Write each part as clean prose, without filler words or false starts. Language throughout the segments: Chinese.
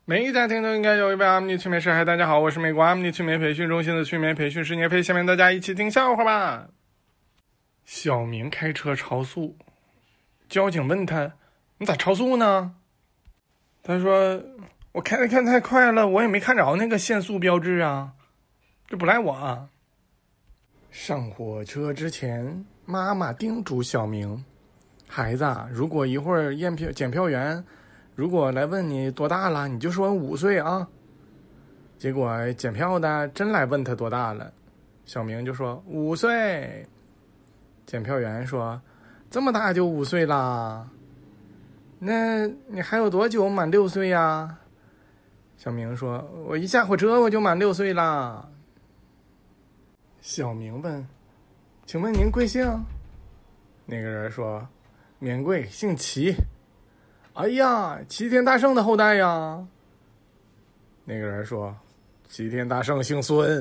每个家庭都应该有一位阿米尼催眠师。嗨，大家好，我是美国阿米尼催眠培训中心的催眠培训师聂飞。下面大家一起听笑话吧。小明开车超速，交警问他：“你咋超速呢？”他说：“我开的太快了，我也没看着那个限速标志啊，这不赖我啊。”上火车之前，妈妈叮嘱小明：“孩子，如果一会儿检票员如果来问你多大了，你就说5岁啊。”结果检票的真来问他多大了，小明就说5岁。检票员说：“这么大就5岁啦？那你还有多久满6岁呀？”小明说：“我一下火车我就满6岁啦。”小明问：“请问您贵姓？”那个人说：“免贵，姓齐。”“哎呀，齐天大圣的后代呀。”那个人说：“齐天大圣姓孙。”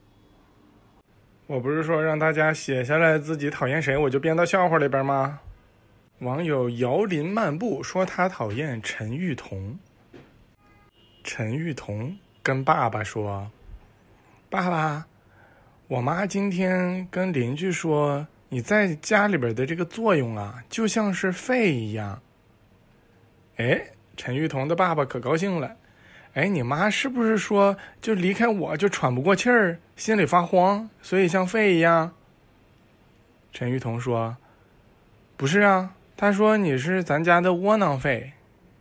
我不是说让大家写下来自己讨厌谁，我就编到笑话里边吗？网友摇林漫步说他讨厌陈玉彤。陈玉彤跟爸爸说：“爸爸，我妈今天跟邻居说，你在家里边的这个作用啊，就像是肺一样。”哎，陈玉彤的爸爸可高兴了。哎，你妈是不是说就离开我就喘不过气儿，心里发慌，所以像肺一样？陈玉彤说：“不是啊，她说你是咱家的窝囊废。”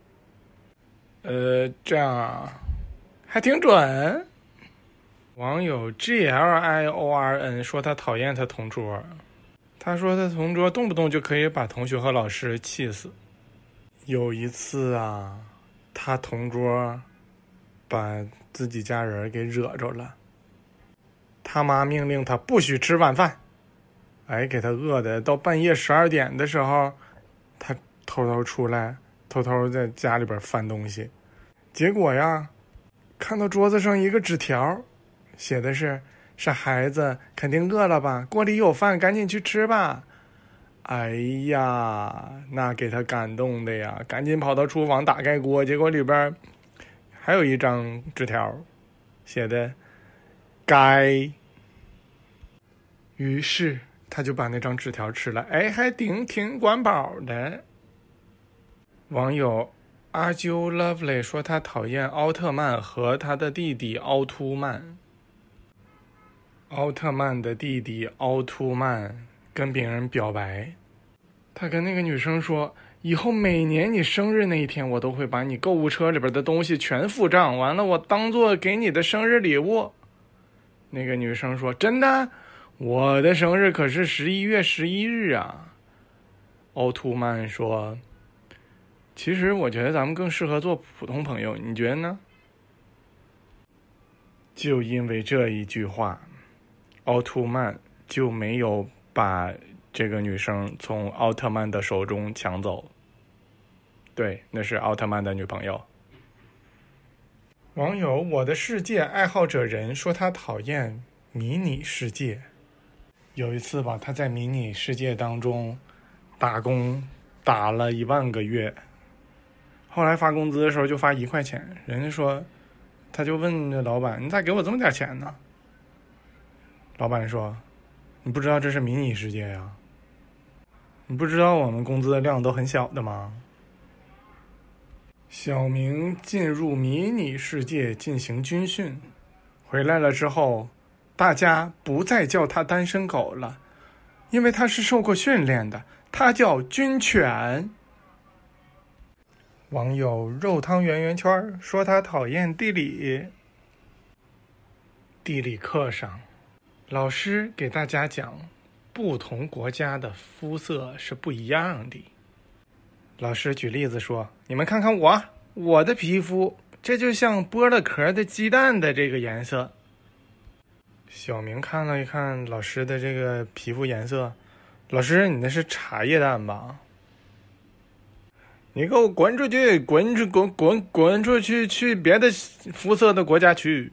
这样啊，还挺准。网友 GLIORN 说他讨厌他同桌，他说他同桌动不动就可以把同学和老师气死。有一次啊，他同桌把自己家人给惹着了，他妈命令他不许吃晚饭，给他饿的到半夜12点的时候，他偷偷出来，偷偷在家里边翻东西，结果呀，看到桌子上一个纸条，写的是孩子肯定饿了吧，锅里有饭，赶紧去吃吧。哎呀，那给他感动的呀，赶紧跑到厨房打开锅，结果里边还有一张纸条，写的该。于是他就把那张纸条吃了，还挺管饱的。网友阿啾 Lovely 说他讨厌奥特曼和他的弟弟奥突曼。奥特曼的弟弟奥突曼跟别人表白，他跟那个女生说，以后每年你生日那一天，我都会把你购物车里边的东西全付账，完了我当做给你的生日礼物。那个女生说：“真的？我的生日可是11月11日啊。”奥特曼说：“其实我觉得咱们更适合做普通朋友，你觉得呢？”就因为这一句话，奥特曼就没有把这个女生从奥特曼的手中抢走。对，那是奥特曼的女朋友。网友我的世界爱好者人说他讨厌迷你世界。有一次吧，他在迷你世界当中打工打了1万个月，后来发工资的时候就发1块钱，人家说，他就问老板：“你咋给我这么点钱呢？”老板说：“你不知道这是迷你世界呀？你不知道我们工资的量都很小的吗？”小明进入迷你世界进行军训，回来了之后，大家不再叫他单身狗了，因为他是受过训练的，他叫军犬。网友肉汤圆圆圈说他讨厌地理。地理课上，老师给大家讲，不同国家的肤色是不一样的。老师举例子说，你们看看我的皮肤，这就像剥了壳的鸡蛋的这个颜色。小明看了一看老师的这个皮肤颜色，老师，你那是茶叶蛋吧？你给我滚出去，滚出去，去别的肤色的国家去。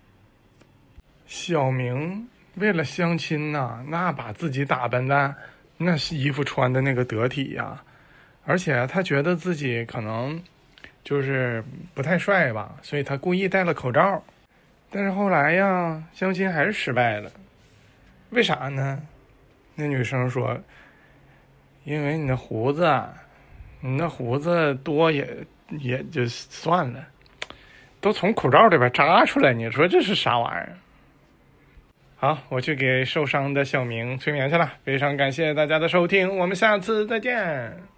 小明为了相亲呐，那把自己打扮的，那衣服穿的那个得体呀，而且他觉得自己可能就是不太帅吧，所以他故意戴了口罩。但是后来呀，相亲还是失败了，为啥呢？那女生说，因为你的胡子啊，你那胡子多也就算了，都从口罩里边扎出来，你说这是啥玩意儿？好，我去给受伤的小明催眠去了。非常感谢大家的收听，我们下次再见。